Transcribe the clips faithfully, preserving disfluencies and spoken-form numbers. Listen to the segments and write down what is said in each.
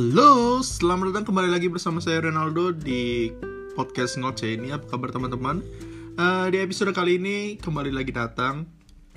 Halo, selamat datang kembali lagi bersama saya Ronaldo di podcast Ngoceh ini. Apa kabar teman-teman? Uh, di episode kali ini kembali lagi datang.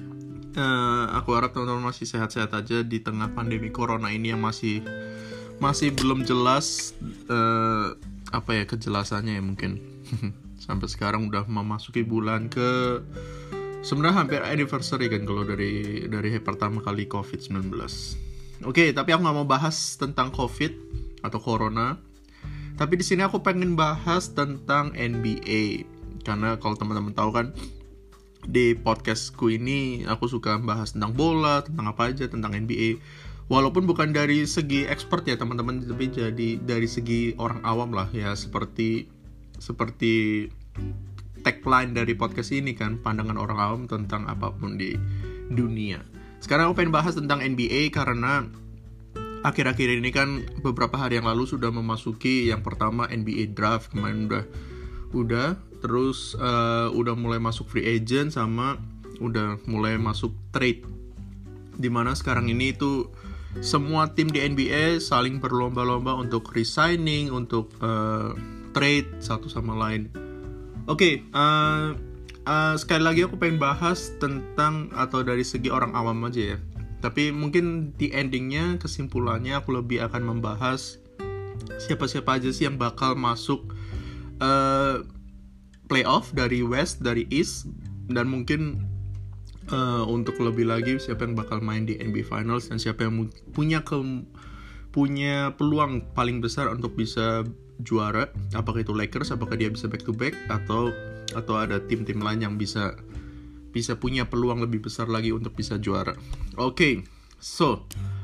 Uh, aku harap teman-teman masih sehat-sehat aja di tengah pandemi corona ini yang masih masih belum jelas uh, apa ya kejelasannya ya mungkin. Sampai sekarang udah memasuki bulan ke sebenarnya hampir anniversary kan kalau dari dari pertama kali covid sembilan belas. Oke, okay, tapi aku nggak mau bahas tentang COVID atau Corona. Tapi di sini aku pengen bahas tentang N B A. Karena kalau teman-teman tahu kan, di podcastku ini aku suka bahas tentang bola, tentang apa aja, tentang N B A. Walaupun bukan dari segi expert ya teman-teman, tapi jadi dari segi orang awam lah ya, seperti seperti tagline dari podcast ini kan, pandangan orang awam tentang apapun di dunia. Sekarang aku pengen bahas tentang N B A karena akhir-akhir ini kan beberapa hari yang lalu sudah memasuki yang pertama N B A draft. Kemarin udah udah terus uh, udah mulai masuk free agent sama udah mulai masuk trade. Dimana sekarang ini itu semua tim di N B A saling berlomba-lomba untuk resigning, untuk uh, trade satu sama lain. Oke, okay, uh, Uh, sekali lagi aku pengen bahas tentang atau dari segi orang awam aja ya. Tapi mungkin di endingnya kesimpulannya aku lebih akan membahas siapa-siapa aja sih yang bakal masuk uh, playoff dari West, dari East, dan mungkin uh, untuk lebih lagi siapa yang bakal main di N B A Finals dan siapa yang punya ke punya peluang paling besar untuk bisa juara. Apakah itu Lakers, apakah dia bisa back to back atau atau ada tim-tim lain yang bisa bisa punya peluang lebih besar lagi untuk bisa juara. Oke, okay, so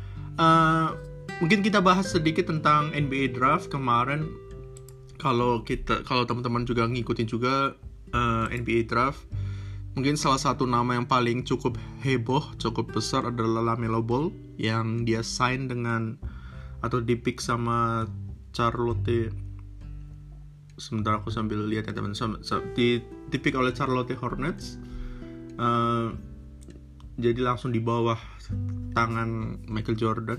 uh, mungkin kita bahas sedikit tentang N B A draft kemarin. Kalau kita kalau teman-teman juga ngikutin juga uh, N B A draft, mungkin salah satu nama yang paling cukup heboh, cukup besar adalah LaMelo Ball yang dia sign dengan atau di-pick sama Charlotte. Sebentar aku sambil lihat ya teman-teman, di dipick oleh Charlotte Hornets, uh, jadi langsung di bawah tangan Michael Jordan.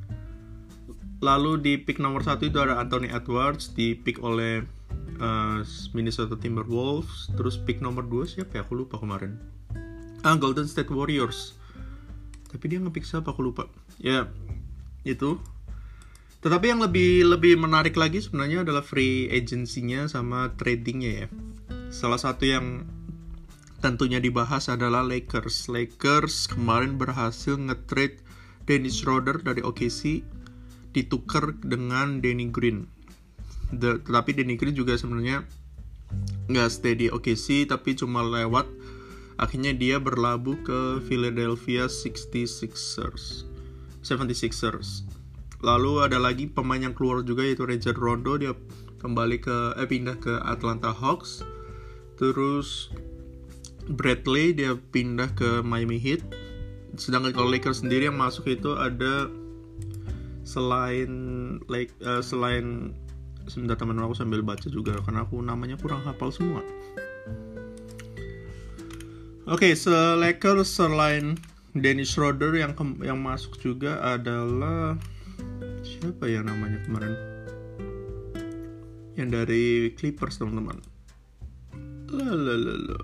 Lalu di pick nomor satu itu ada Anthony Edwards, di pick oleh uh, Minnesota Timberwolves. Terus pick nomor dua siapa ya, aku lupa kemarin. Ah, Golden State Warriors. Tapi dia nge-pick siapa, aku lupa. Ya, itu. Tetapi yang lebih lebih menarik lagi sebenarnya adalah free agency-nya sama trading-nya ya. Salah satu yang tentunya dibahas adalah Lakers. Lakers kemarin berhasil nge-trade Dennis Schroeder dari O K C ditukar dengan Danny Green. The, tetapi Danny Green juga sebenarnya nggak stay di O K C tapi cuma lewat. Akhirnya dia berlabuh ke Philadelphia seventy-sixers. seventy-sixers. Lalu ada lagi pemain yang keluar juga yaitu Rajon Rondo, dia kembali ke eh pindah ke Atlanta Hawks. Terus Bradley dia pindah ke Miami Heat. Sedangkan kalau Lakers sendiri yang masuk itu ada selain like uh, selain sebentar teman aku sambil baca juga karena aku namanya kurang hafal semua. Oke, okay, so Lakers selain Dennis Schroeder yang ke- yang masuk juga adalah siapa ya namanya kemarin yang dari Clippers teman-teman. Lalalala.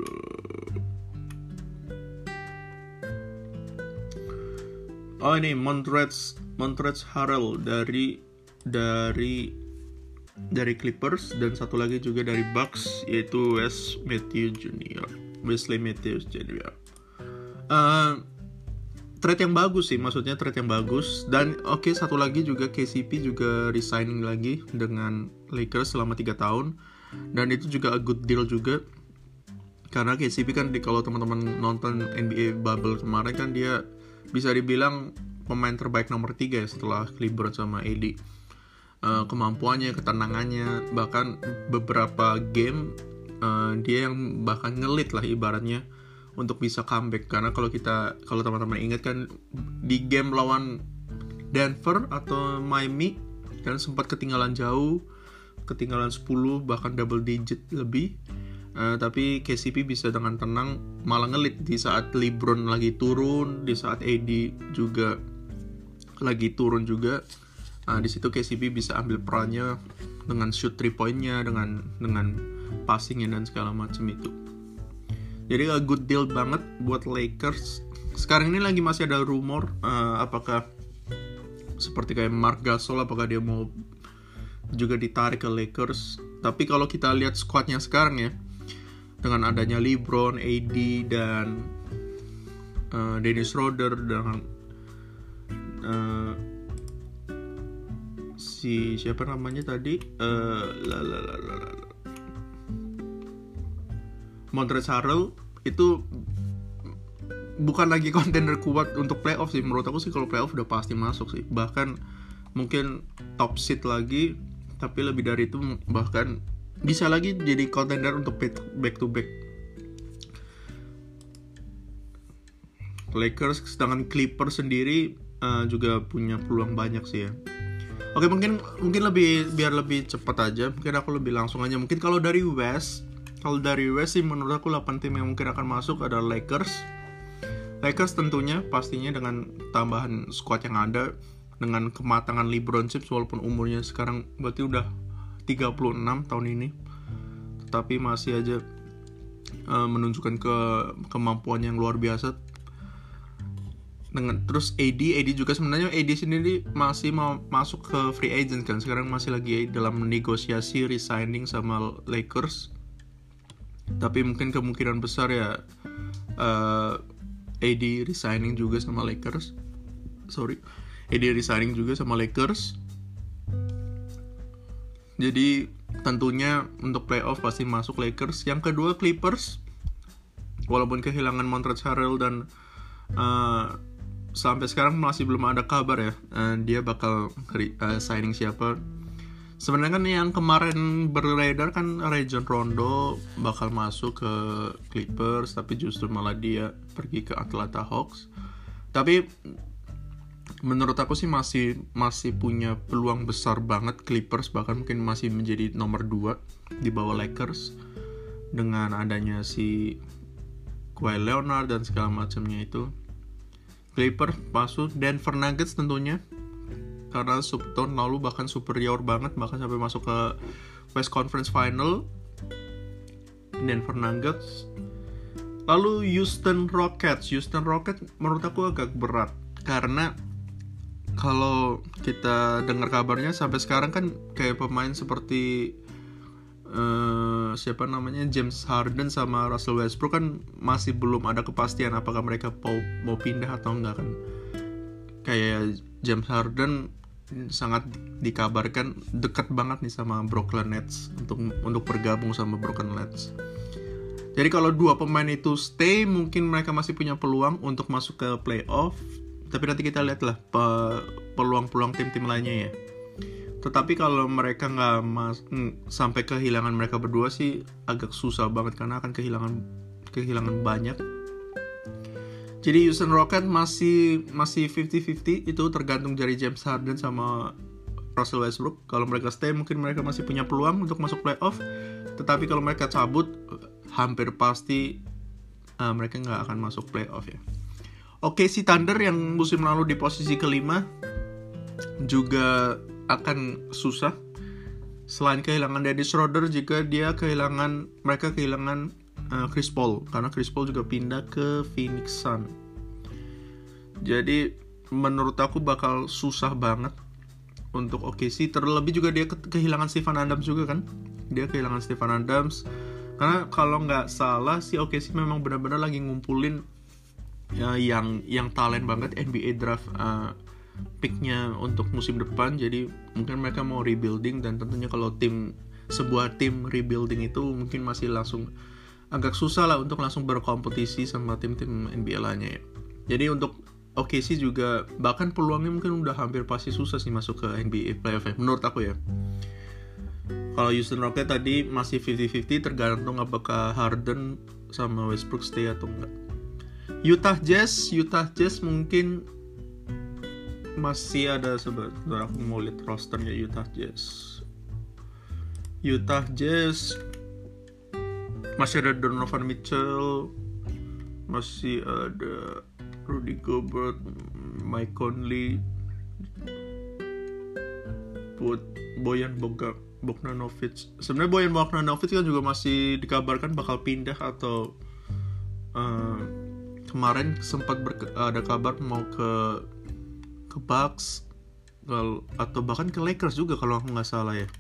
Oh ini Montrezl Montrezl Harrell dari dari dari Clippers dan satu lagi juga dari Bucks yaitu Wes Matthews Junior Wesley Matthews Junior Uh, trade yang bagus sih, maksudnya trade yang bagus. Dan oke, okay, satu lagi juga K C P juga resigning lagi dengan Lakers selama tiga tahun. Dan itu juga a good deal juga. Karena K C P kan di, kalau teman-teman nonton N B A Bubble kemarin kan dia bisa dibilang pemain terbaik nomor tiga ya setelah LeBron sama A D. Uh, kemampuannya, ketenangannya, bahkan beberapa game uh, dia yang bahkan ngelit lah ibaratnya untuk bisa comeback. Karena kalau kita kalau teman-teman ingat kan di game lawan Denver atau Miami kan sempat ketinggalan jauh, ketinggalan sepuluh bahkan double digit lebih, uh, tapi K C P bisa dengan tenang malah ngelit di saat LeBron lagi turun, di saat A D juga lagi turun juga. Nah, di situ K C P bisa ambil perannya dengan shoot three point-nya, dengan dengan passing-nya dan segala macam itu. Jadi a good deal banget buat Lakers. Sekarang ini lagi masih ada rumor uh, apakah seperti kayak Marc Gasol, apakah dia mau juga ditarik ke Lakers. Tapi kalau kita lihat squadnya sekarang ya, dengan adanya LeBron, A D dan uh, Dennis Schroeder dengan uh, si siapa namanya tadi uh, la, la, la, la, la. Montrezl Harrell itu bukan lagi kontender kuat untuk playoff sih. Menurut aku sih kalau playoff udah pasti masuk sih. Bahkan mungkin top seed lagi, tapi lebih dari itu bahkan bisa lagi jadi kontender untuk back to back. Lakers sedangkan Clippers sendiri uh, juga punya peluang banyak sih ya. Oke, mungkin mungkin lebih biar lebih cepat aja, mungkin aku lebih langsung aja. Mungkin kalau dari West, kalau dari West sih menurut aku delapan tim yang mungkin akan masuk adalah Lakers. Lakers tentunya pastinya dengan tambahan squad yang ada, dengan kematangan LeBron James walaupun umurnya sekarang berarti udah tiga puluh enam tahun ini, tetapi masih aja uh, menunjukkan ke kemampuan yang luar biasa. Dengan terus A D, A D juga sebenarnya A D sendiri masih mau masuk ke free agent kan, sekarang masih lagi dalam negosiasi resigning sama Lakers. Tapi mungkin kemungkinan besar ya uh, A D resigning juga sama Lakers. Sorry, A D resigning juga sama Lakers. Jadi tentunya untuk playoff pasti masuk Lakers. Yang kedua Clippers, walaupun kehilangan Montrezl Harrell dan uh, sampai sekarang masih belum ada kabar ya uh, dia bakal uh, signing siapa. Sebenarnya kan yang kemarin beredar kan Rajon Rondo bakal masuk ke Clippers, tapi justru malah dia pergi ke Atlanta Hawks. Tapi menurut aku sih masih masih punya peluang besar banget Clippers, bahkan mungkin masih menjadi nomor dua di bawah Lakers dengan adanya si Kawhi Leonard dan segala macamnya itu. Clippers masuk. Denver Nuggets tentunya, karena tahun lalu bahkan superior banget, bahkan sampai masuk ke West Conference Final. Denver Nuggets. Lalu Houston Rockets. Houston Rockets menurut aku agak berat, karena kalau kita dengar kabarnya sampai sekarang kan kayak pemain seperti uh, siapa namanya James Harden sama Russell Westbrook kan masih belum ada kepastian apakah mereka mau, mau pindah atau enggak kan. Kayak James Harden sangat dikabarkan dekat banget nih sama Brooklyn Nets untuk untuk bergabung sama Brooklyn Nets. Jadi kalau dua pemain itu stay, mungkin mereka masih punya peluang untuk masuk ke playoff. Tapi nanti kita lihatlah pe- peluang-peluang tim-tim lainnya ya. Tetapi kalau mereka nggak mas- mm, sampai kehilangan mereka berdua sih agak susah banget, karena akan kehilangan kehilangan banyak. Jadi Houston Rockets masih masih fifty-fifty, itu tergantung dari James Harden sama Russell Westbrook. Kalau mereka stay mungkin mereka masih punya peluang untuk masuk playoff. Tetapi kalau mereka cabut hampir pasti uh, mereka nggak akan masuk playoff ya. Oke, si Thunder yang musim lalu di posisi kelima juga akan susah. Selain kehilangan Dennis Schroeder, juga dia kehilangan mereka kehilangan uh, Chris Paul, karena Chris Paul juga pindah ke Phoenix Suns. Jadi menurut aku bakal susah banget untuk O K C. Terlebih juga dia ke- kehilangan Steven Adams juga kan. Dia kehilangan Steven Adams. Karena kalau nggak salah si O K C memang benar-benar lagi ngumpulin ya, yang yang talent banget N B A draft uh, picknya untuk musim depan. Jadi mungkin mereka mau rebuilding, dan tentunya kalau tim sebuah tim rebuilding itu mungkin masih langsung agak susah lah untuk langsung berkompetisi sama tim-tim N B A lainnya ya. Jadi untuk O K C juga bahkan peluangnya mungkin udah hampir pasti susah sih masuk ke N B A playoff ya, menurut aku ya. Kalau Houston Rockets tadi masih fifty-fifty, tergantung apakah Harden sama Westbrook stay atau enggak. Utah Jazz, Utah Jazz mungkin masih ada, sebentar aku mau lihat rosternya Utah Jazz. Utah Jazz masih ada Donovan Mitchell, masih ada Rudy Gobert, Mike Conley, buat Bojan Boga, Bogdanovic. Sebenarnya Bojan Bogdanovic kan juga masih dikabarkan bakal pindah atau uh, kemarin sempat berke, ada kabar mau ke ke Bucks atau bahkan ke Lakers juga kalau aku nggak salah ya.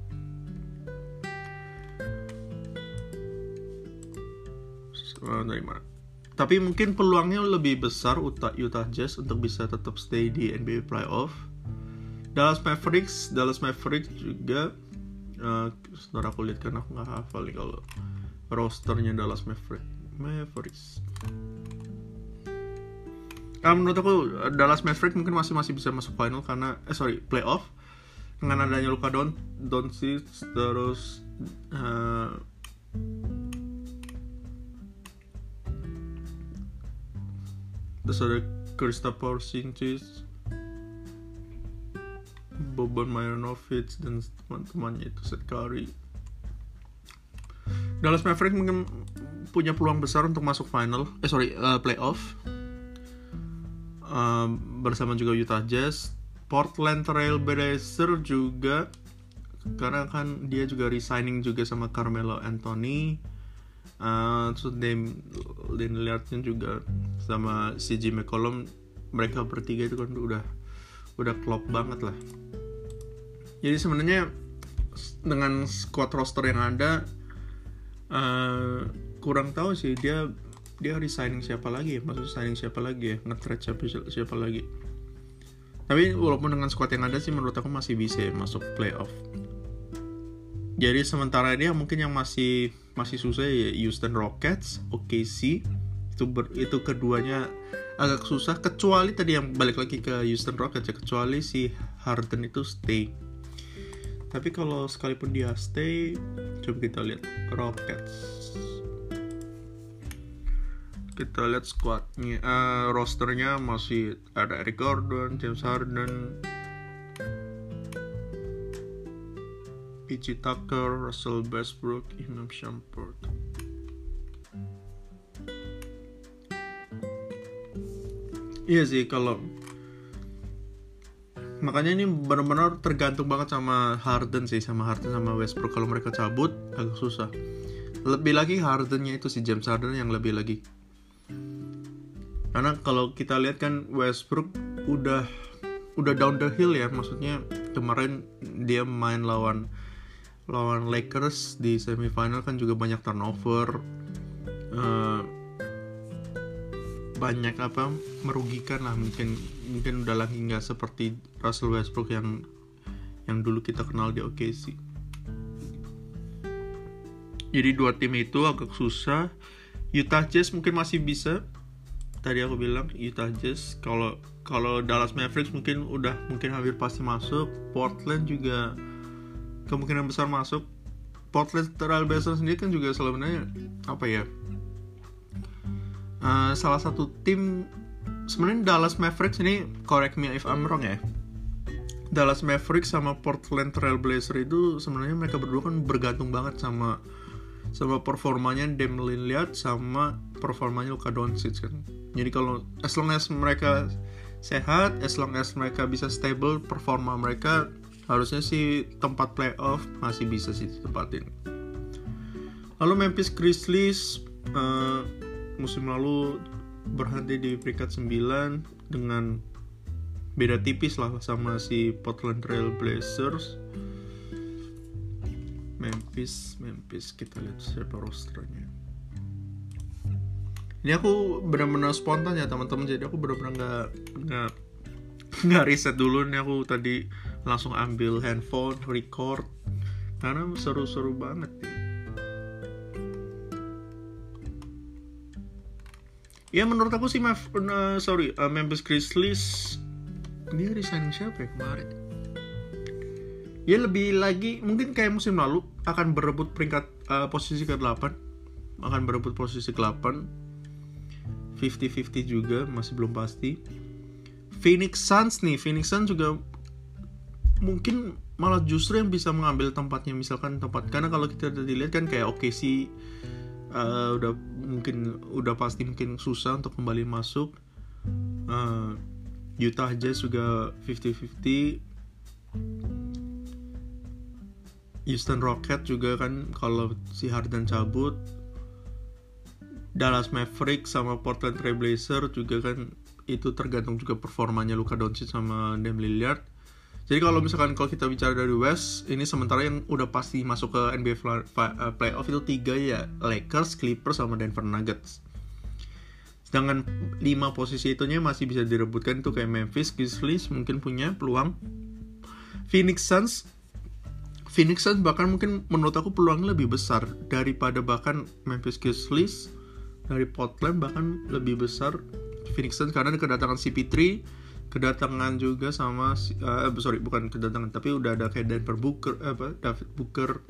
Uh, dari mana? Tapi mungkin peluangnya lebih besar Utah, Utah Jazz untuk bisa tetap stay di N B A playoff. Dallas Mavericks, Dallas Mavericks juga. Uh, sebentar aku lihat kan aku nggak hafal nih kalau rosternya Dallas Mavericks. Mavericks. Nah, menurut aku Dallas Mavericks mungkin masih masih bisa masuk final karena eh sorry playoff dengan adanya Luka Don Doncic terus uh, terus ada Kristaps Porzingis, Boban Marjanovic dan teman-temannya itu Seth Curry. Dallas Mavericks mungkin punya peluang besar untuk masuk final eh sorry uh, playoff. Uh, bersama juga Utah Jazz, Portland Trail Blazers juga karena kan dia juga resigning juga sama Carmelo Anthony, uh, terus Dame Lillardnya juga sama C J McCollum, mereka bertiga itu kan udah udah klop banget lah. Jadi sebenarnya dengan squad roster yang ada uh, kurang tahu sih dia dia resigning siapa lagi ya, maksud signing siapa lagi ya, nge-trade siapa, siapa lagi. Tapi walaupun dengan squad yang ada sih menurut aku masih bisa ya, masuk playoff. Jadi sementara ini mungkin yang masih masih susah ya Houston Rockets, O K C. Itu ber, itu keduanya agak susah kecuali tadi yang balik lagi ke Houston Rockets ya, kecuali si Harden itu stay. Tapi kalau sekalipun dia stay, coba kita lihat Rockets. Kita lihat squadnya, uh, rosternya masih ada Eric Gordon, James Harden, P J Tucker, Russell Westbrook, Imam Shumpert. Iya sih kalau makanya ini benar-benar tergantung banget sama Harden sih, sama Harden sama Westbrook. Kalau mereka cabut agak susah. Lebih lagi Hardennya itu si James Harden yang lebih lagi. Karena kalau kita lihat kan Westbrook udah udah down the hill ya, maksudnya kemarin dia main lawan lawan Lakers di semifinal kan juga banyak turnover, uh, banyak apa merugikan lah, mungkin mungkin udah lagi nggak seperti Russell Westbrook yang yang dulu kita kenal di O K C. Jadi dua tim itu agak susah. Utah Jazz mungkin masih bisa. Tadi aku bilang Utah Jazz, kalau kalau Dallas Mavericks mungkin udah mungkin hampir pasti masuk. Portland juga kemungkinan besar masuk. Portland Trail Blazers sendiri kan juga sebenarnya apa ya? Uh, salah satu tim sebenarnya Dallas Mavericks ini, correct me if I'm wrong ya. Dallas Mavericks sama Portland Trail Blazers itu sebenarnya mereka berdua kan bergantung banget sama sama performanya Dame Lillard sama performanya Luka Doncic kan. Jadi kalau as long as mereka sehat, as long as mereka bisa stable performa mereka, harusnya sih tempat playoff masih bisa sih ditempatin. Lalu Memphis Grizzlies uh, musim lalu berhenti di peringkat sembilan dengan beda tipis lah sama si Portland Trail Blazers. Memphis, Memphis kita lihat siapa rosternya. Ini aku benar-benar spontan ya teman-teman, jadi aku benar-benar nggak nggak nggak riset dulu nih, aku tadi langsung ambil handphone record karena seru-seru banget nih. Ya menurut aku sih Mav, uh, sorry uh, Memphis Grizzlies dia resigning siapa ya kemarin? Ya lebih lagi mungkin kayak musim lalu akan berebut peringkat uh, posisi ke delapan, akan berebut posisi ke delapan. lima puluh lima puluh juga masih belum pasti. Phoenix Suns nih, Phoenix Suns juga mungkin malah justru yang bisa mengambil tempatnya, misalkan tempat, karena kalau kita dilihat kan kayak O K C uh, udah mungkin udah pasti mungkin susah untuk kembali masuk. uh, Utah Jazz juga lima puluh lima puluh. Houston Rockets juga kan kalau si Harden cabut. Dallas Mavericks sama Portland Trail Blazers juga kan itu tergantung juga performanya Luka Doncic sama Dame Lillard. Jadi kalau misalkan kalau kita bicara dari West, ini sementara yang udah pasti masuk ke N B A playoff itu tiga ya, Lakers, Clippers sama Denver Nuggets. Sedangkan lima posisi itunya masih bisa direbutkan tuh kayak Memphis Grizzlies mungkin punya peluang. Phoenix Suns Phoenix Suns bahkan mungkin menurut aku peluangnya lebih besar daripada bahkan Memphis Grizzlies, dari Portland bahkan lebih besar Phoenix Suns karena kedatangan C P three, kedatangan juga sama uh, sorry bukan kedatangan tapi udah ada kayak Denver Booker apa David Booker,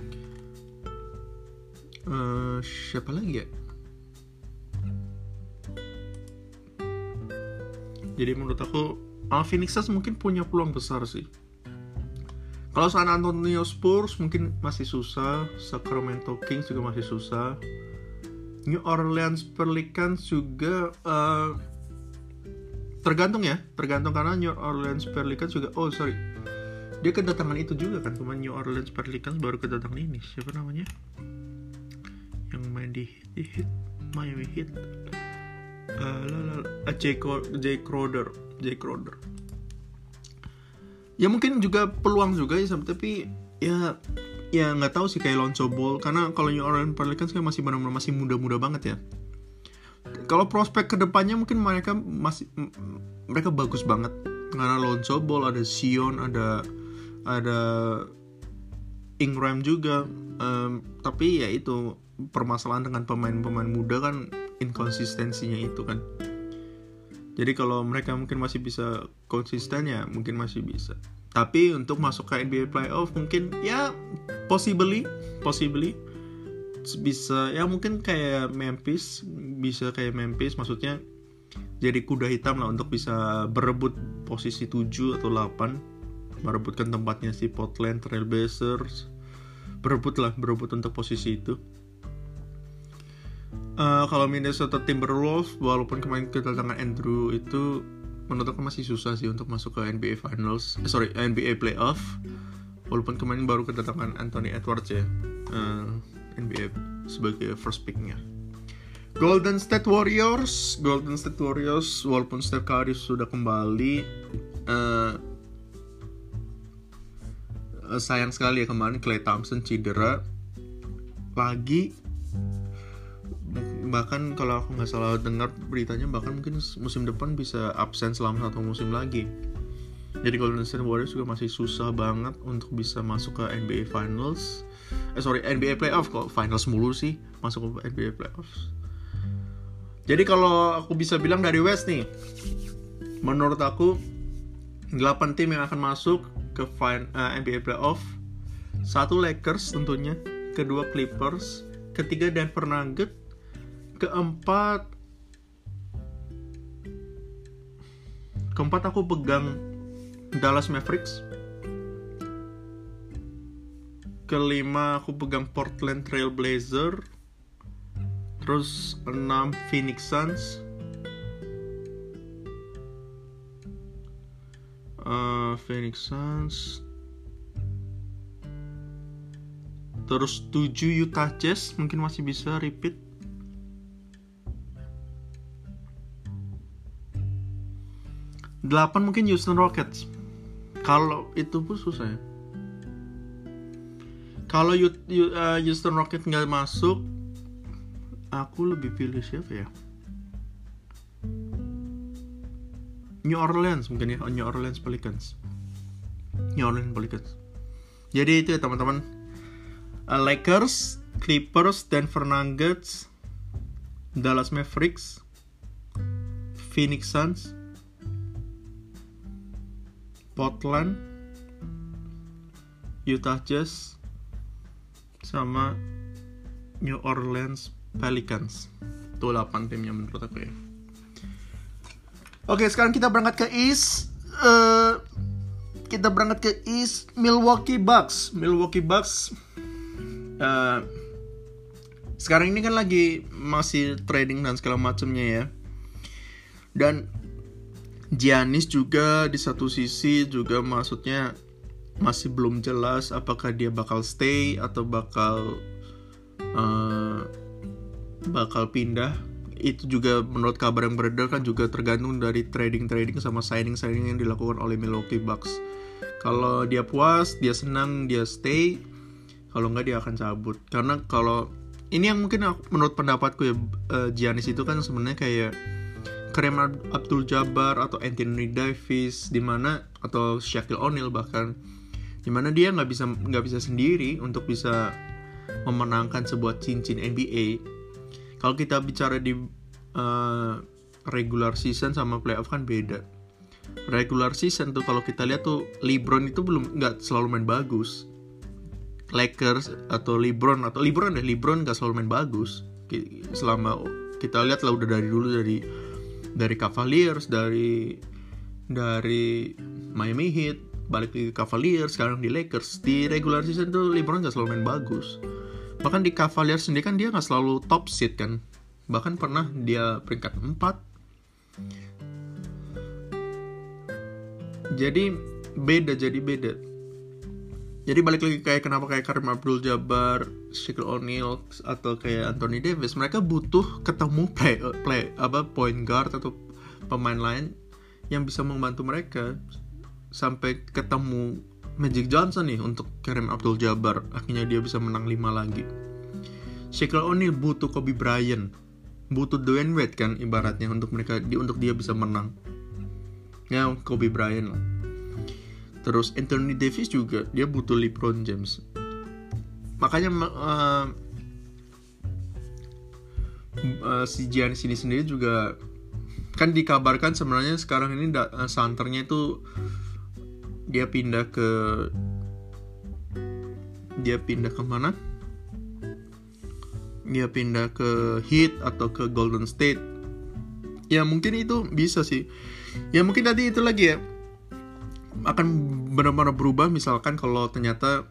uh, siapa lagi ya? Jadi menurut aku uh, Phoenix Suns mungkin punya peluang besar sih. Kalau San Antonio Spurs mungkin masih susah, Sacramento Kings juga masih susah, New Orleans Pelicans juga uh, tergantung ya, tergantung karena New Orleans Pelicans juga, oh sorry, dia kedatangan itu juga kan, cuma New Orleans Pelicans baru kedatangan ini, siapa namanya? Yang main di Heat, di Heat, Miami Heat, uh, uh, Jay Crowder, Jay Crowder. Ya mungkin juga peluang juga ya, tapi ya ya nggak tahu sih kayak Lonzo Ball, karena kalau New Orleans Pelicans kan masih benar-benar masih muda-muda banget ya. Kalau prospek kedepannya mungkin mereka masih mereka bagus banget karena Lonzo Ball, ada Zion, ada ada Ingram juga, um, tapi ya itu permasalahan dengan pemain-pemain muda kan inkonsistensinya itu kan. Jadi kalau mereka mungkin masih bisa konsisten ya mungkin masih bisa. Tapi untuk masuk ke N B A playoff mungkin ya possibly, possibly bisa ya mungkin kayak Memphis, bisa kayak Memphis maksudnya jadi kuda hitam lah untuk bisa berebut posisi tujuh atau delapan, merebutkan tempatnya si Portland Trail Blazers, berebut lah, berebut untuk posisi itu. Uh, kalau Minnesota Timberwolves walaupun kemarin kedatangan Andrew itu menurut aku masih susah sih untuk masuk ke N B A Finals, eh, sorry N B A Playoff, walaupun kemarin baru kedatangan Anthony Edwards ya, uh, N B A sebagai first picknya. Golden State Warriors, Golden State Warriors walaupun Steph Curry sudah kembali, uh, uh, sayang sekali ya kemarin Klay Thompson cedera lagi. Bahkan kalau aku nggak salah dengar beritanya bahkan mungkin musim depan bisa absen selama satu musim lagi. Jadi Golden State Warriors juga masih susah banget untuk bisa masuk ke N B A Finals. Eh sorry N B A Playoff, kok Finals mulu sih masuk ke N B A Playoffs. Jadi kalau aku bisa bilang dari West nih, menurut aku delapan tim yang akan masuk ke fin- uh, N B A Playoff. Satu Lakers tentunya, kedua Clippers, ketiga Denver Nuggets, keempat keempat aku pegang Dallas Mavericks, kelima aku pegang Portland Trail Blazers, terus enam Phoenix Suns, uh, Phoenix Suns, terus tujuh Utah Jazz mungkin masih bisa repeat. delapan mungkin Houston Rockets. Kalau itu pun susah ya. Kalau Houston Rockets nggak masuk, aku lebih pilih siapa ya? New Orleans mungkin ya, New Orleans Pelicans. New Orleans Pelicans. Jadi itu ya teman-teman. Lakers, Clippers, Denver Nuggets, Dallas Mavericks, Phoenix Suns, Portland, Utah Jazz, sama New Orleans Pelicans. Itu delapan timnya menurut aku ya. Oke, sekarang kita berangkat ke East. Uh, kita berangkat ke East. Milwaukee Bucks. Milwaukee Bucks. Uh, sekarang ini kan lagi masih trading dan segala macamnya ya. Dan Giannis juga di satu sisi juga maksudnya masih belum jelas apakah dia bakal stay atau bakal uh, bakal pindah. Itu juga menurut kabar yang beredar kan juga tergantung dari trading-trading sama signing-signing yang dilakukan oleh Milwaukee Bucks. Kalau dia puas, dia senang, dia stay. Kalau enggak dia akan cabut. Karena kalau ini yang mungkin aku, menurut pendapatku ya, uh, Giannis itu kan sebenarnya kayak Kareem Abdul-Jabbar atau Anthony Davis di mana, atau Shaquille O'Neal bahkan, di mana dia nggak bisa nggak bisa sendiri untuk bisa memenangkan sebuah cincin N B A. Kalau kita bicara di uh, regular season sama playoff kan beda. Regular season tuh kalau kita lihat tuh LeBron itu belum nggak selalu main bagus. Lakers atau LeBron atau LeBron deh LeBron nggak selalu main bagus. Selama kita lihat lah udah dari dulu dari dari Cavaliers, dari dari Miami Heat, balik ke Cavaliers, sekarang di Lakers. Di regular season tuh LeBron nggak selalu main bagus. Bahkan di Cavaliers sendiri kan dia gak selalu top seed kan. Bahkan pernah dia peringkat empat. Jadi beda, jadi beda. Jadi balik lagi kayak kenapa kayak Kareem Abdul-Jabbar, Shaquille O'Neal atau kayak Anthony Davis, mereka butuh ketemu play, play apa point guard atau pemain lain yang bisa membantu mereka sampai ketemu Magic Johnson nih untuk Kareem Abdul-Jabbar, akhirnya dia bisa menang lima lagi. Shaquille O'Neal butuh Kobe Bryant, butuh Dwayne Wade kan ibaratnya untuk mereka di, untuk dia bisa menang. Ya Kobe Bryant lah. Terus Anthony Davis juga dia butuh LeBron James. Makanya uh, uh, si Giannis ini sendiri juga kan dikabarkan sebenarnya sekarang ini da- uh, santernya itu dia pindah ke dia pindah ke mana? Dia pindah ke Heat atau ke Golden State. Ya mungkin itu bisa sih. Ya mungkin tadi itu lagi ya akan benar-benar berubah misalkan kalau ternyata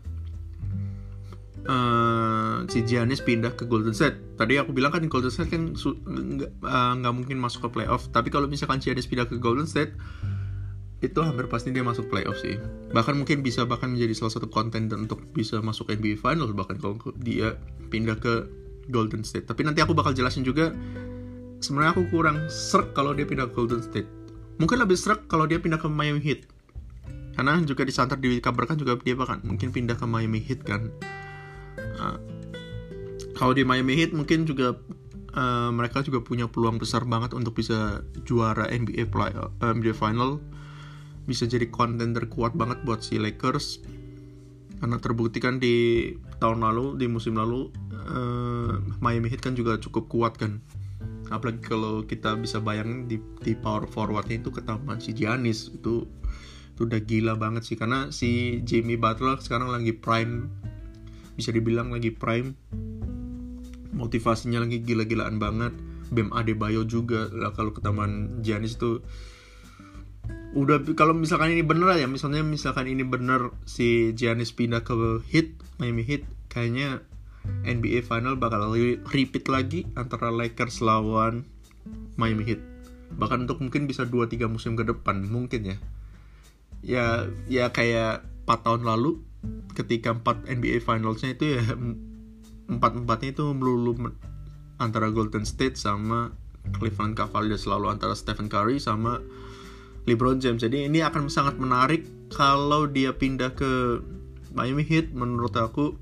uh, si Giannis pindah ke Golden State. Tadi aku bilang kan Golden State kan su- nggak uh, masuk ke playoff. Tapi kalau misalkan Giannis pindah ke Golden State, itu hampir pasti dia masuk playoff sih. Bahkan mungkin bisa bahkan menjadi salah satu contender untuk bisa masuk N B A Finals bahkan kalau dia pindah ke Golden State. Tapi nanti aku bakal jelasin juga sebenarnya aku kurang srek kalau dia pindah ke Golden State. Mungkin lebih srek kalau dia pindah ke Miami Heat. Karena juga di santer dikabarkan juga dia bahkan mungkin pindah ke Miami Heat kan. Uh, kalau di Miami Heat mungkin juga uh, mereka juga punya peluang besar banget untuk bisa juara N B A play, uh, N B A Final. Bisa jadi contender kuat banget buat si Lakers. Karena terbukti kan di tahun lalu, di musim lalu uh, Miami Heat kan juga cukup kuat kan. Apalagi kalau kita bisa bayangin di, di power forwardnya itu ketambahan si Giannis itu itu udah gila banget sih. Karena si Jimmy Butler sekarang lagi prime, bisa dibilang lagi prime, motivasinya lagi gila-gilaan banget. Bam Adebayo juga lah kalau ketambahan Giannis itu udah. Kalau misalkan ini bener ya, misalnya misalkan ini bener si Giannis pindah ke Heat, Miami Heat, kayaknya N B A Final bakal repeat lagi antara Lakers lawan Miami Heat. Bahkan untuk mungkin bisa dua tiga musim ke depan mungkin ya. Ya ya kayak empat tahun lalu ketika empat N B A Finals-nya itu ya empat-empatnya itu melulu antara Golden State sama Cleveland Cavaliers, selalu antara Stephen Curry sama LeBron James. Jadi ini akan sangat menarik kalau dia pindah ke Miami Heat. Menurut aku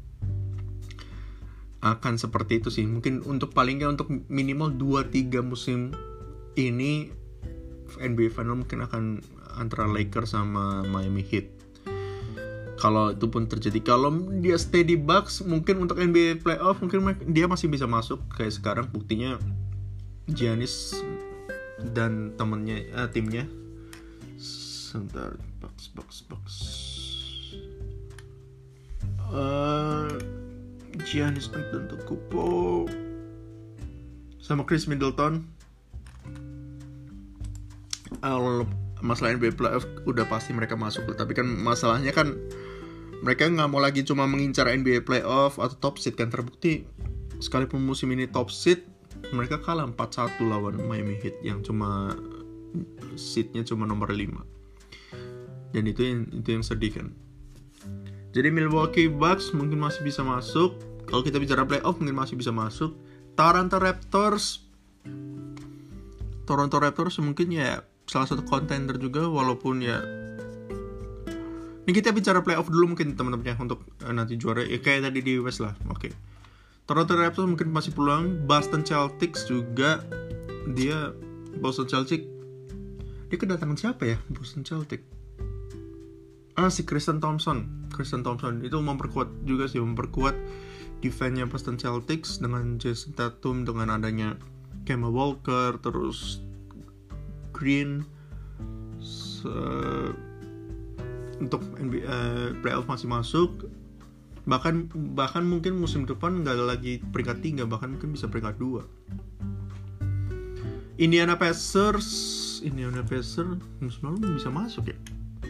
akan seperti itu sih. Mungkin untuk palingnya untuk minimal dua tiga musim ini N B A Final mungkin akan antara Lakers sama Miami Heat. Kalau itu pun terjadi, kalau dia stay di Bucks mungkin untuk N B A playoff mungkin dia masih bisa masuk kayak sekarang. Buktinya Giannis dan temennya eh, timnya sebentar, box box box uh, Giannis Antetokounmpo sama Chris Middleton. uh, masalah N B A playoff udah pasti mereka masuk, tapi kan masalahnya kan mereka nggak mau lagi cuma mengincar N B A playoff atau top seed kan. Terbukti sekalipun musim ini top seed mereka kalah empat satu lawan Miami Heat yang cuma seednya cuma nomor lima. Dan itu yang itu yang sedih kan. Jadi Milwaukee Bucks mungkin masih bisa masuk. Kalau kita bicara playoff mungkin masih bisa masuk. Toronto Raptors Toronto Raptors mungkin ya salah satu contender juga, walaupun ya ini kita bicara playoff dulu mungkin teman-teman ya, untuk uh, nanti juara ya kayak tadi di West lah. Oke. Okay. Toronto Raptors mungkin masih peluang. Boston Celtics juga, dia Boston Celtics dia kedatangan siapa ya? Boston Celtics. Ah si Tristan Thompson. Tristan Thompson itu memperkuat juga sih, memperkuat defense-nya Boston Celtics dengan Jason Tatum, dengan adanya Kemba Walker, terus Green. So, untuk N B A uh, playoff masih masuk. Bahkan bahkan mungkin musim depan nggak lagi peringkat tiga, bahkan mungkin bisa peringkat dua. Indiana Pacers, Indiana Pacers musim lalu bisa masuk ya.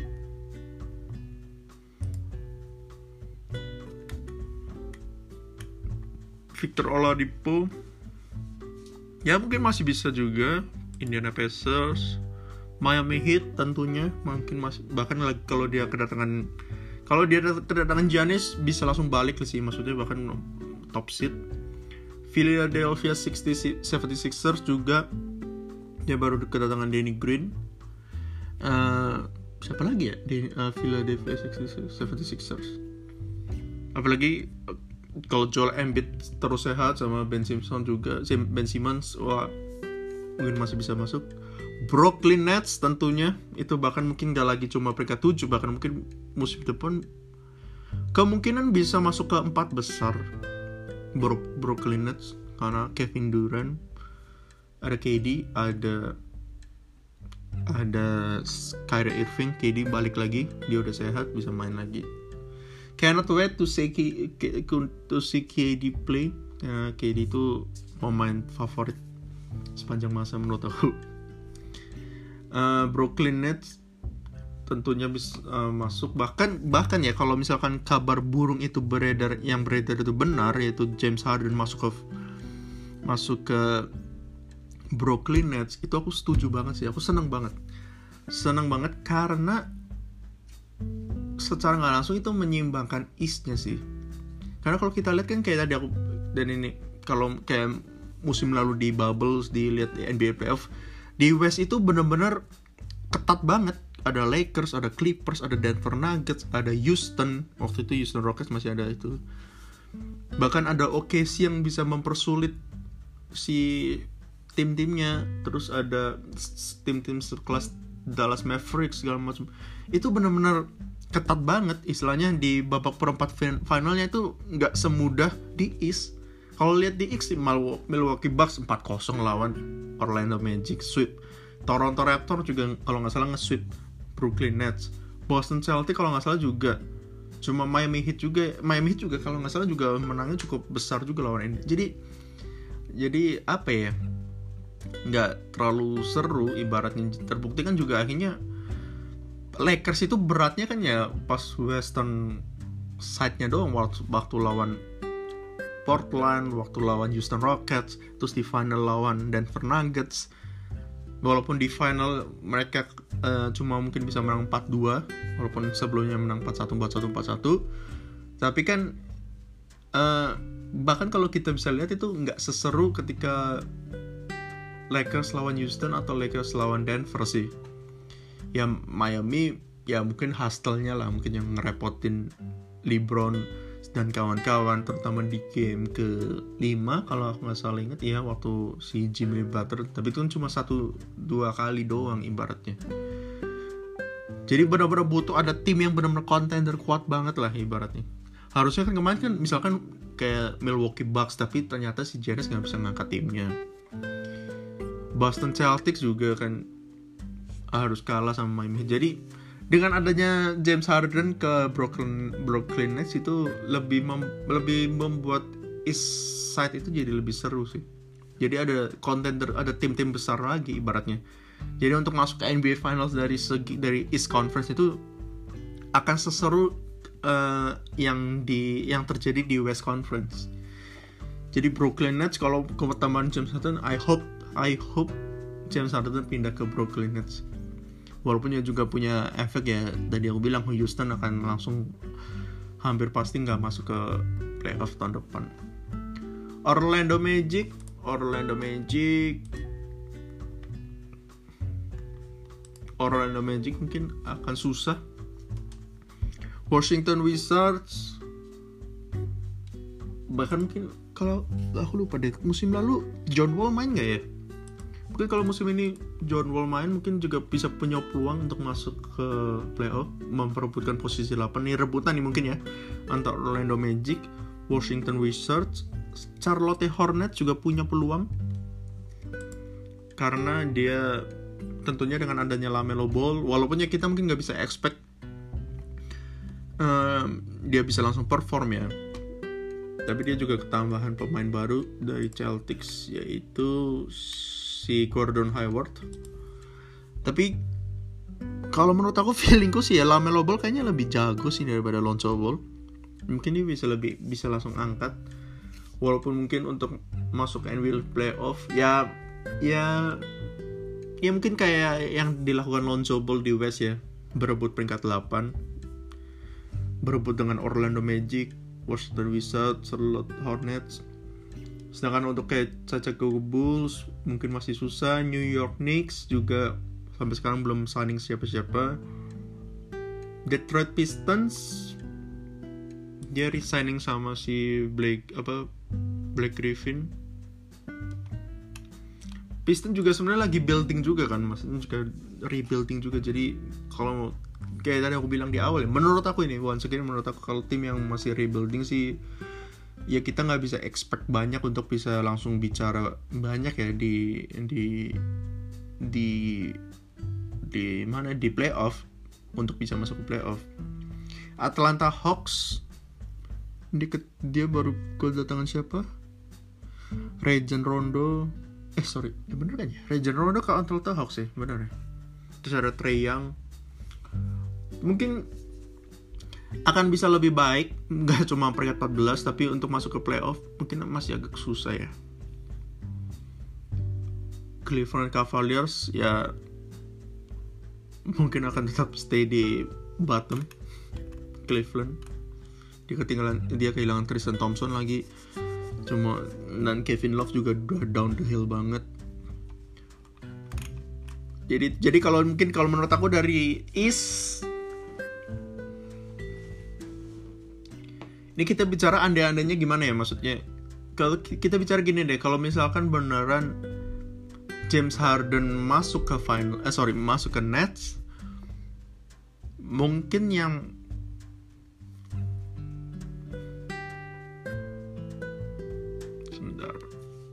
Victor Oladipo, ya mungkin masih bisa juga. Indiana Pacers, Miami Heat tentunya mungkin masih, bahkan lagi kalau dia kedatangan kalau dia kedatangan Giannis bisa langsung balik sih, maksudnya bahkan top seed. Philadelphia seventy-sixers juga, dia baru kedatangan Danny Green. Uh, siapa lagi ya di uh, Philadelphia seventy-sixers? Apalagi uh, kalau Joel Embiid terus sehat sama Ben Simmons juga, Ben Simmons, wah mungkin masih bisa masuk. Brooklyn Nets tentunya, itu bahkan mungkin gak lagi cuma peringkat tujuh, bahkan mungkin musim depan kemungkinan bisa masuk ke empat besar. Bro- Brooklyn Nets karena Kevin Durant, ada K D, ada ada Kyrie Irving. K D balik lagi, dia udah sehat, bisa main lagi. Cannot wait to see K- K- to see K D play. uh, K D itu pemain favorit sepanjang masa menurut aku. uh, Brooklyn Nets tentunya bisa uh, masuk. Bahkan bahkan ya kalau misalkan kabar burung itu beredar, yang beredar itu benar, yaitu James Harden masuk ke masuk ke Brooklyn Nets, itu aku setuju banget sih. Aku senang banget, senang banget karena secara nggak langsung itu menyeimbangkan East-nya sih. Karena kalau kita lihat kan kayak tadi aku dan ini kalau kayak musim lalu di Bubbles, dilihat di N B A playoff, di West itu benar-benar ketat banget. Ada Lakers, ada Clippers, ada Denver Nuggets, ada Houston. Waktu itu Houston Rockets masih ada itu. Bahkan ada O K C yang bisa mempersulit si tim-timnya. Terus ada tim-tim sekelas Dallas Mavericks segala macam. Itu benar-benar ketat banget, istilahnya di babak perempat finalnya itu nggak semudah di East. Kalau lihat di East, Milwaukee Bucks empat kosong lawan Orlando Magic, sweep. Toronto Raptors juga kalau nggak salah nge-sweep Brooklyn Nets. Boston Celtics kalau nggak salah juga. Cuma Miami Heat juga, Miami Heat juga kalau nggak salah juga menangnya cukup besar juga lawan ini. Jadi jadi apa ya? Nggak terlalu seru ibaratnya. Terbukti kan juga akhirnya Lakers itu beratnya kan ya pas Western side-nya doang, waktu, waktu lawan Portland, waktu lawan Houston Rockets, terus di final lawan Denver Nuggets. Walaupun di final mereka uh, cuma mungkin bisa menang empat dua, walaupun sebelumnya menang empat satu, empat satu, empat satu. Tapi kan uh, bahkan kalau kita bisa lihat itu nggak seseru ketika Lakers lawan Houston atau Lakers lawan Denver sih. Ya Miami ya mungkin hustle-nya lah mungkin yang ngerepotin LeBron dan kawan-kawan, terutama di game ke lima kalau aku nggak salah ingat ya, waktu si Jimmy Butler, tapi itu kan cuma satu dua kali doang ibaratnya. Jadi benar-benar butuh ada tim yang benar-benar contender kuat banget lah ibaratnya. Harusnya kan kemarin kan misalkan kayak Milwaukee Bucks, tapi ternyata si Giannis nggak bisa ngangkat timnya. Boston Celtics juga kan harus kalah sama Miami. Jadi dengan adanya James Harden ke Brooklyn Brooklyn Nets itu lebih mem, lebih membuat East Side itu jadi lebih seru sih. Jadi ada contender, ada tim-tim besar lagi ibaratnya. Jadi untuk masuk ke N B A Finals dari segi dari East Conference itu akan seseru uh, yang di yang terjadi di West Conference. Jadi Brooklyn Nets kalau ketambahan James Harden, I hope I hope James Harden pindah ke Brooklyn Nets. Walaupun dia juga punya efek ya, tadi aku bilang Houston akan langsung hampir pasti nggak masuk ke playoff tahun depan. Orlando Magic, Orlando Magic, Orlando Magic mungkin akan susah. Washington Wizards, bahkan mungkin kalau aku lupa deh musim lalu John Wall main nggak ya? Mungkin kalau musim ini John Wall main mungkin juga bisa punya peluang untuk masuk ke playoff, memperebutkan posisi delapan. Nih rebutan nih mungkin ya antara Orlando Magic, Washington Wizards, Charlotte Hornets juga punya peluang karena dia tentunya dengan adanya LaMelo Ball, walaupun ya kita mungkin nggak bisa expect um, dia bisa langsung perform ya, tapi dia juga ketambahan pemain baru dari Celtics yaitu si Gordon Hayward. Tapi kalau menurut aku feelingku sih ya LaMelo Ball kayaknya lebih jago sih daripada Lonzo Ball. Mungkin dia bisa lebih bisa langsung angkat. Walaupun mungkin untuk masuk N B A playoff ya ya ya mungkin kayak yang dilakukan Lonzo Ball di West ya, berebut peringkat delapan, berebut dengan Orlando Magic, Washington Wizards, Charlotte Hornets. Sedangkan untuk kayak Chicago Bulls mungkin masih susah. New York Knicks juga sampai sekarang belum signing siapa-siapa. Detroit Pistons dia resigning sama si Blake apa Blake Griffin. Pistons juga sebenarnya lagi building juga kan, maksudnya juga rebuilding juga. Jadi kalau kayak tadi aku bilang di awal ya, menurut aku ini once again menurut aku kalau tim yang masih rebuilding sih ya kita nggak bisa expect banyak untuk bisa langsung bicara banyak ya di di di di mana di playoff untuk bisa masuk ke playoff. Atlanta Hawks dia, dia baru kedatangan siapa? Rajon Rondo. Eh sorry, ya bener kan ya? Rajon Rondo ke Atlanta Hawks ya, bener ya. Terus ada Trae Young. Mungkin akan bisa lebih baik, nggak cuma peringkat empat belas, tapi untuk masuk ke playoff mungkin masih agak susah ya. Cleveland Cavaliers ya mungkin akan tetap stay di bottom. Cleveland dia ketinggalan, dia kehilangan Tristan Thompson lagi, cuma dan Kevin Love juga udah down the hill banget. Jadi jadi kalau mungkin kalau menurut aku dari East ini kita bicara andai-andainya gimana ya, maksudnya kalau kita bicara gini deh, kalau misalkan beneran James Harden masuk ke final, eh sorry masuk ke Nets, mungkin yang sebentar,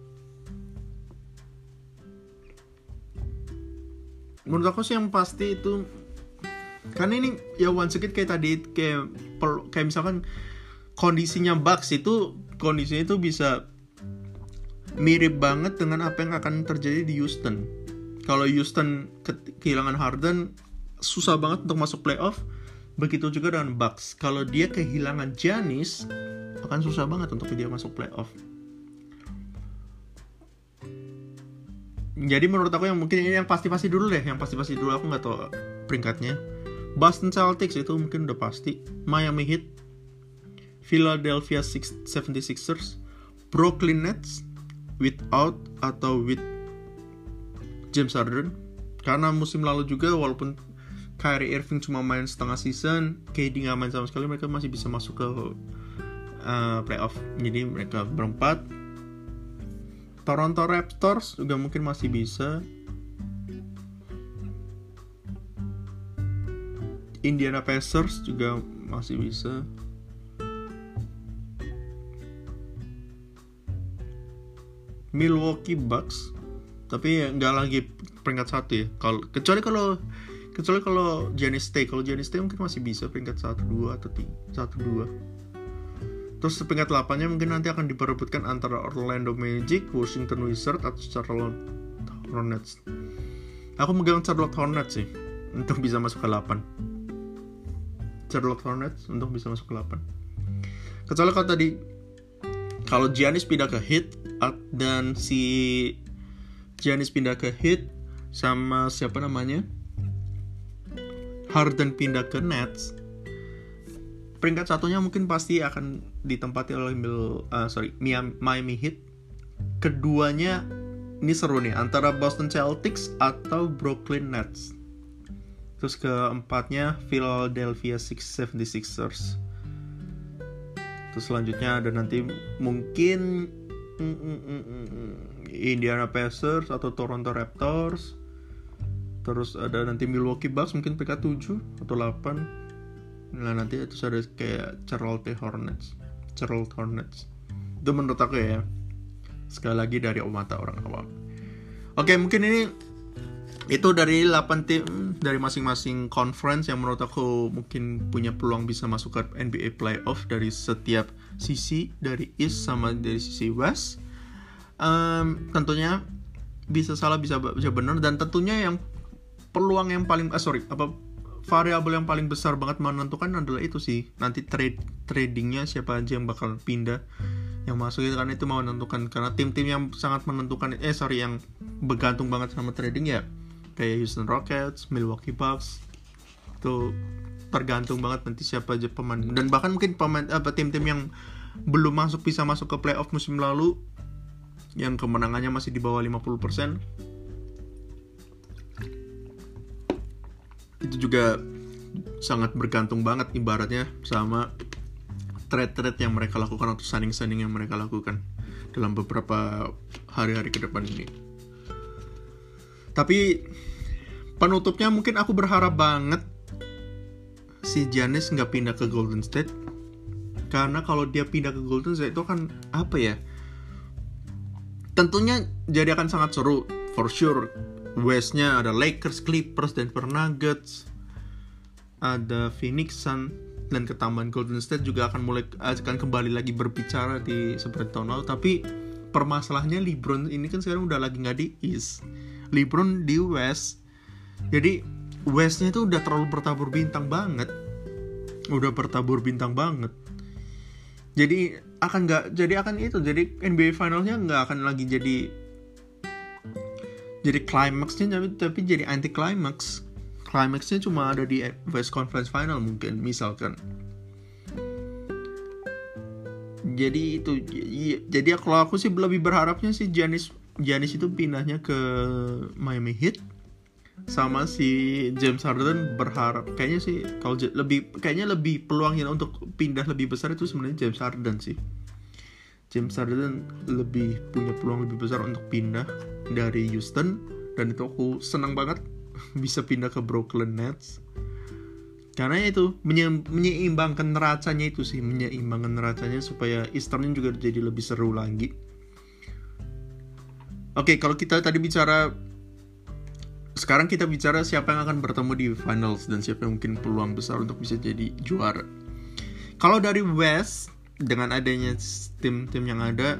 menurut aku sih yang pasti itu karena ini ya one second kayak tadi kayak kayak misalkan kondisinya Bucks itu kondisinya itu bisa mirip banget dengan apa yang akan terjadi di Houston. Kalau Houston ke- kehilangan Harden susah banget untuk masuk playoff. Begitu juga dengan Bucks. Kalau dia kehilangan Giannis akan susah banget untuk dia masuk playoff. Jadi menurut aku yang mungkin ini yang pasti-pasti dulu deh, yang pasti-pasti dulu aku nggak tahu peringkatnya. Boston Celtics itu mungkin udah pasti. Miami Heat, Philadelphia seventy-sixers, Brooklyn Nets without atau with James Harden. Karena musim lalu juga walaupun Kyrie Irving cuma main setengah season, K D nggak main sama sekali, mereka masih bisa masuk ke uh, playoff. Jadi mereka berempat. Toronto Raptors juga mungkin masih bisa. Indiana Pacers juga masih bisa. Milwaukee Bucks, tapi ya nggak lagi peringkat satu ya. Kalau kecuali kalau kecuali kalau Giannis stay, kalau Giannis stay mungkin masih bisa peringkat satu dua atau tiga satu dua. Terus peringkat delapan-nya mungkin nanti akan diperebutkan antara Orlando Magic, Washington Wizards atau Charlotte Hornets. Aku megang Charlotte Hornets sih untuk bisa masuk ke delapan. Charlotte Hornets untuk bisa masuk ke delapan. Kecuali kalau tadi kalau Giannis pindah ke Heat dan si Giannis pindah ke Heat sama siapa namanya Harden pindah ke Nets, peringkat satunya mungkin pasti akan ditempati oleh Mil, uh, sorry Miami Heat. Keduanya ini seru nih, antara Boston Celtics atau Brooklyn Nets. Terus keempatnya Philadelphia seventy-sixers. Terus selanjutnya ada nanti mungkin mm, mm, mm, mm, Indiana Pacers atau Toronto Raptors. Terus ada nanti Milwaukee Bucks mungkin peringkat tujuh atau delapan. Nah nanti itu ada kayak Charlotte Hornets. Charlotte Hornets. Itu menurut aku ya. Sekali lagi dari mata orang awam. Oke, mungkin ini itu dari delapan tim dari masing-masing conference yang menurut aku mungkin punya peluang bisa masuk ke N B A playoff dari setiap sisi, dari East sama dari sisi West. Um, tentunya bisa salah bisa bisa benar, dan tentunya yang peluang yang paling ah, sorry apa variabel yang paling besar banget menentukan adalah itu sih, nanti trade tradingnya siapa aja yang bakal pindah yang masuk itu, karena itu mau menentukan, karena tim-tim yang sangat menentukan eh sorry yang bergantung banget sama trading ya kayak Houston Rockets, Milwaukee Bucks, itu tergantung banget nanti siapa aja pemain, dan bahkan mungkin pemain apa tim-tim yang belum masuk bisa masuk ke playoff musim lalu yang kemenangannya masih di bawah lima puluh persen. Itu juga sangat bergantung banget ibaratnya sama trade-trade yang mereka lakukan atau signing-signing yang mereka lakukan dalam beberapa hari-hari ke depan ini. Tapi penutupnya mungkin aku berharap banget si Giannis nggak pindah ke Golden State, karena kalau dia pindah ke Golden State itu akan apa ya? Tentunya jadi akan sangat seru for sure. Westnya ada Lakers, Clippers, Denver Nuggets, ada Phoenix Suns, dan ketambahan Golden State juga akan mulai akan kembali lagi berbicara di seperti tahun lalu. Tapi permasalahannya LeBron ini kan sekarang udah lagi nggak di East, LeBron di West. Jadi Westnya itu udah terlalu bertabur bintang banget, udah bertabur bintang banget. Jadi akan nggak, jadi akan itu, jadi N B A Finalsnya nggak akan lagi jadi jadi climaxnya, tapi tapi jadi anti climax. Climaxnya cuma ada di West Conference Final mungkin misalkan. Jadi itu jadi kalau aku sih lebih berharapnya sih Giannis Giannis itu pindahnya ke Miami Heat, sama si James Harden berharap kayaknya sih kalau lebih kayaknya lebih peluangnya untuk pindah lebih besar itu sebenarnya James Harden sih. James Harden lebih punya peluang lebih besar untuk pindah dari Houston, dan itu aku senang banget bisa pindah ke Brooklyn Nets, karena itu menye- menyeimbangkan neracanya itu sih, menyeimbangkan neracanya supaya Eastern juga jadi lebih seru lagi. Oke, kalau kita tadi bicara, sekarang kita bicara siapa yang akan bertemu di finals dan siapa yang mungkin peluang besar untuk bisa jadi juara. Kalau dari West, dengan adanya tim-tim yang ada,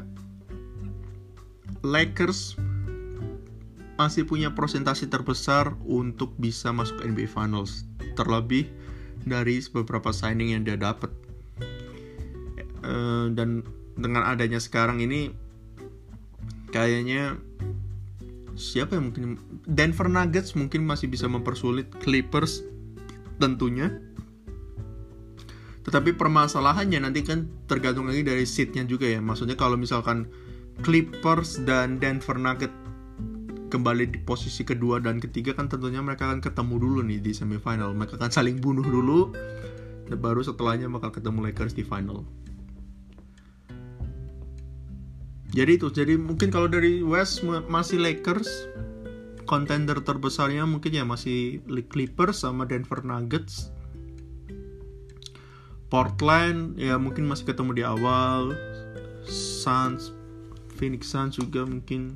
Lakers masih punya persentase terbesar untuk bisa masuk N B A Finals, terlebih dari beberapa signing yang dia dapat. Uh, dan dengan adanya sekarang ini, kayaknya siapa yang mungkin Denver Nuggets mungkin masih bisa mempersulit Clippers tentunya. Tetapi permasalahannya nanti kan tergantung lagi dari seednya juga ya. Maksudnya kalau misalkan Clippers dan Denver Nuggets kembali di posisi kedua dan ketiga, kan tentunya mereka akan ketemu dulu nih di semifinal. Mereka akan saling bunuh dulu, dan baru setelahnya bakal ketemu Lakers di final. Jadi itu, jadi mungkin kalau dari West masih Lakers, contender terbesarnya mungkin ya masih Clippers sama Denver Nuggets. Portland ya mungkin masih ketemu di awal, Suns, Phoenix Suns juga mungkin.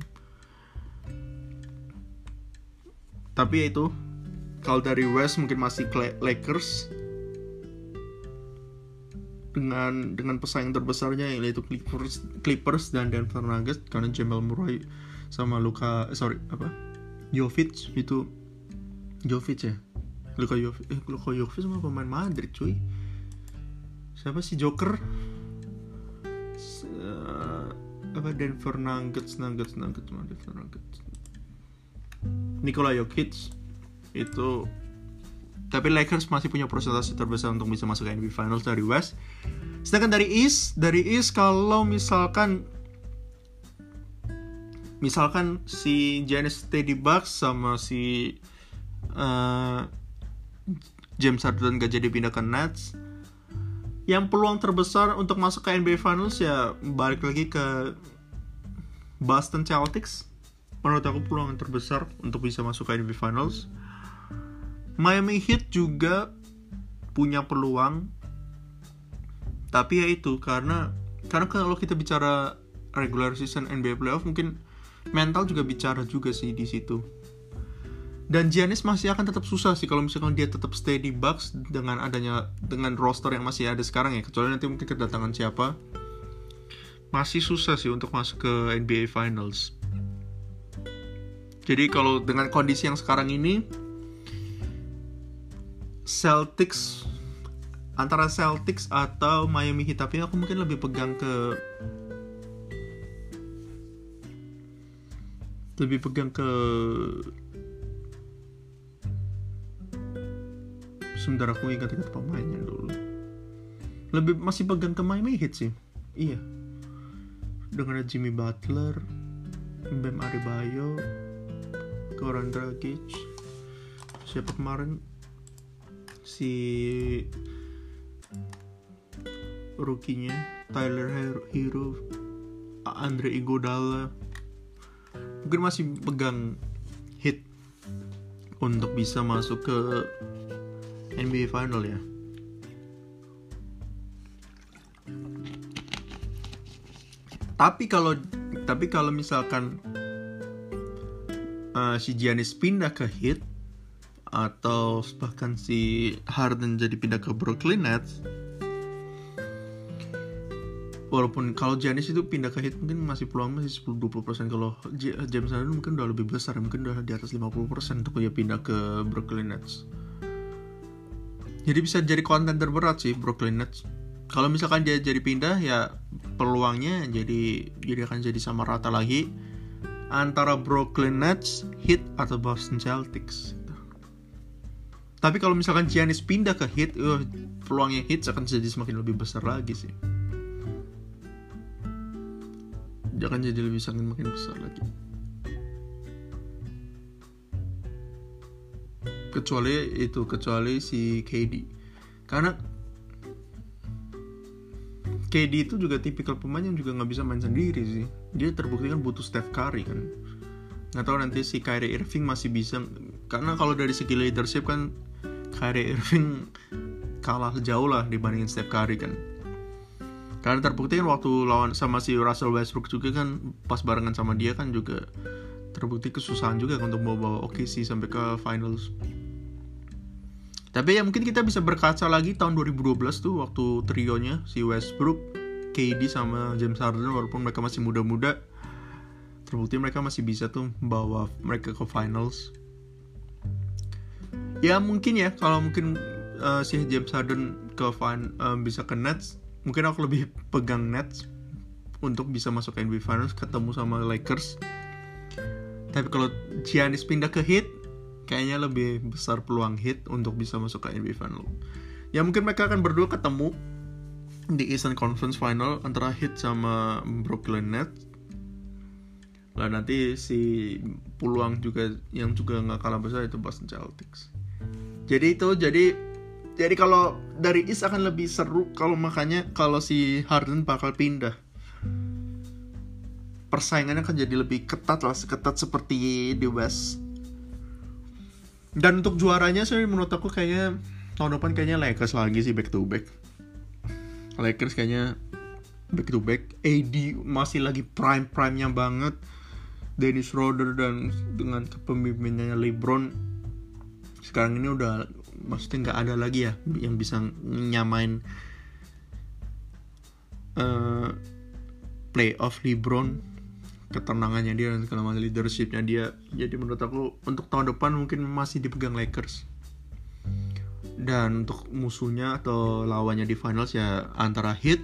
Tapi ya itu, kalau dari West mungkin masih Lakers dengan dengan pesaing terbesarnya yaitu Clippers, Clippers dan Denver Nuggets, karena Jamal Murray sama Luka eh, sorry apa Jovic itu Jovic ya Luka Jovic eh Luka Jovic sama pemain Madrid cuy, siapa sih Joker uh, apa Denver Nuggets Nuggets Nuggets Denver Nuggets Nikola Jokic itu Tapi Lakers masih punya persentase terbesar untuk bisa masuk ke N B A Finals dari West. Sedangkan dari East, dari East kalau misalkan misalkan si Giannis stay di Bucks sama si uh, James Harden gak jadi pindah ke Nets, yang peluang terbesar untuk masuk ke N B A Finals ya balik lagi ke Boston Celtics. Menurut aku peluang yang terbesar untuk bisa masuk ke N B A Finals. Miami Heat juga punya peluang, tapi ya itu karena karena kalau kita bicara regular season N B A playoff, mungkin mental juga bicara juga sih di situ. Dan Giannis masih akan tetap susah sih kalau misalkan dia tetap stay di Bucks dengan adanya dengan roster yang masih ada sekarang ya, kecuali nanti mungkin kedatangan siapa. Masih susah sih untuk masuk ke N B A Finals. Jadi kalau dengan kondisi yang sekarang ini, Celtics, antara Celtics atau Miami Heat, tapi aku mungkin lebih pegang ke lebih pegang ke sebentar aku ingat-ingat pemainnya dulu. Lebih masih pegang ke Miami Heat sih. Iya. Dengan Jimmy Butler, Bam Adebayo, Goran Dragic, siapa kemarin si rookie-nya Tyler Hero, Andre Iguodala. Mungkin masih pegang Heat untuk bisa masuk ke N B A Final ya. Tapi kalau tapi kalau misalkan uh, si Giannis pindah ke Heat atau bahkan si Harden jadi pindah ke Brooklyn Nets, walaupun kalau Giannis itu pindah ke Heat mungkin masih peluang masih sepuluh sampai dua puluh persen. Kalau James Harden mungkin udah lebih besar, mungkin udah di atas lima puluh persen untuk dia pindah ke Brooklyn Nets. Jadi bisa jadi contender berat sih Brooklyn Nets. Kalau misalkan dia jadi pindah ya peluangnya jadi jadi akan jadi sama rata lagi antara Brooklyn Nets, Heat atau Boston Celtics. Tapi kalau misalkan Giannis pindah ke Heat, uh, peluangnya Heat akan jadi semakin lebih besar lagi sih. Dia akan jadi lebih sangat makin besar lagi. Kecuali itu, kecuali si K D. Karena K D itu juga tipikal pemain yang juga nggak bisa main sendiri sih. Dia terbukti kan butuh Steph Curry kan. Nggak tahu nanti si Kyrie Irving masih bisa. Karena kalau dari segi leadership kan Kyrie Irving kalah jauh lah dibandingin Steph Curry kan. Karena terbukti kan waktu lawan sama si Russell Westbrook juga kan pas barengan sama dia kan juga terbukti kesusahan juga kan untuk bawa-bawa O K C sampai ke finals. Tapi ya mungkin kita bisa berkaca lagi tahun dua ribu dua belas tuh waktu trionya si Westbrook, K D sama James Harden, walaupun mereka masih muda-muda, terbukti mereka masih bisa tuh bawa mereka ke finals. Ya mungkin ya kalau mungkin uh, si James Harden ke fin- uh, bisa ke Nets, mungkin aku lebih pegang Nets untuk bisa masuk ke N B A Finals ketemu sama Lakers. Tapi kalau Giannis pindah ke Heat, kayaknya lebih besar peluang Heat untuk bisa masuk ke N B A Final. Ya mungkin mereka akan berdua ketemu di Eastern Conference Final antara Heat sama Brooklyn Nets. Lah nanti si peluang juga yang juga nggak kalah besar itu Boston Celtics. Jadi itu jadi jadi kalau dari East akan lebih seru kalau makanya kalau si Harden bakal pindah. Persaingannya akan jadi lebih ketat lah, seketat seperti di West. Dan untuk juaranya sih menurut aku kayaknya tahun depan kayaknya Lakers lagi sih back to back. Lakers kayaknya back to back. A D masih lagi prime-prime-nya banget. Dennis Schroeder dan dengan kepemimpinannya LeBron sekarang ini udah maksudnya nggak ada lagi ya yang bisa nyamain uh, playoff LeBron, ketenangannya dia dan segala macam leadershipnya dia. Jadi menurut aku untuk tahun depan mungkin masih dipegang Lakers. Dan untuk musuhnya atau lawannya di finals ya antara Heat,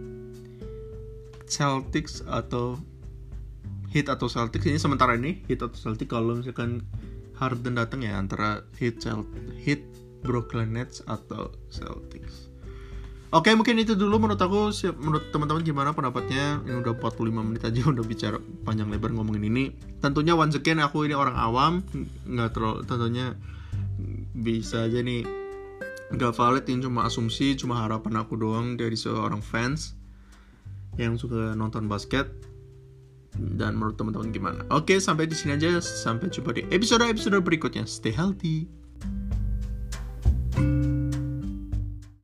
Celtics atau Heat atau Celtics. Ini sementara ini Heat atau Celtics. Kalau misalkan Harden datang ya antara Heat, Heat Brooklyn Nets atau Celtics. Oke, mungkin itu dulu menurut aku. Menurut teman-teman gimana pendapatnya? Ini udah empat puluh lima menit aja udah bicara panjang lebar ngomongin ini. Tentunya once again aku ini orang awam, nggak terlalu, tentunya bisa aja nih nggak valid, ini cuma asumsi, cuma harapan aku doang dari seorang fans yang suka nonton basket. Dan menurut teman-teman gimana? Oke, sampai di sini aja. Sampai jumpa di episode-episode berikutnya. Stay healthy.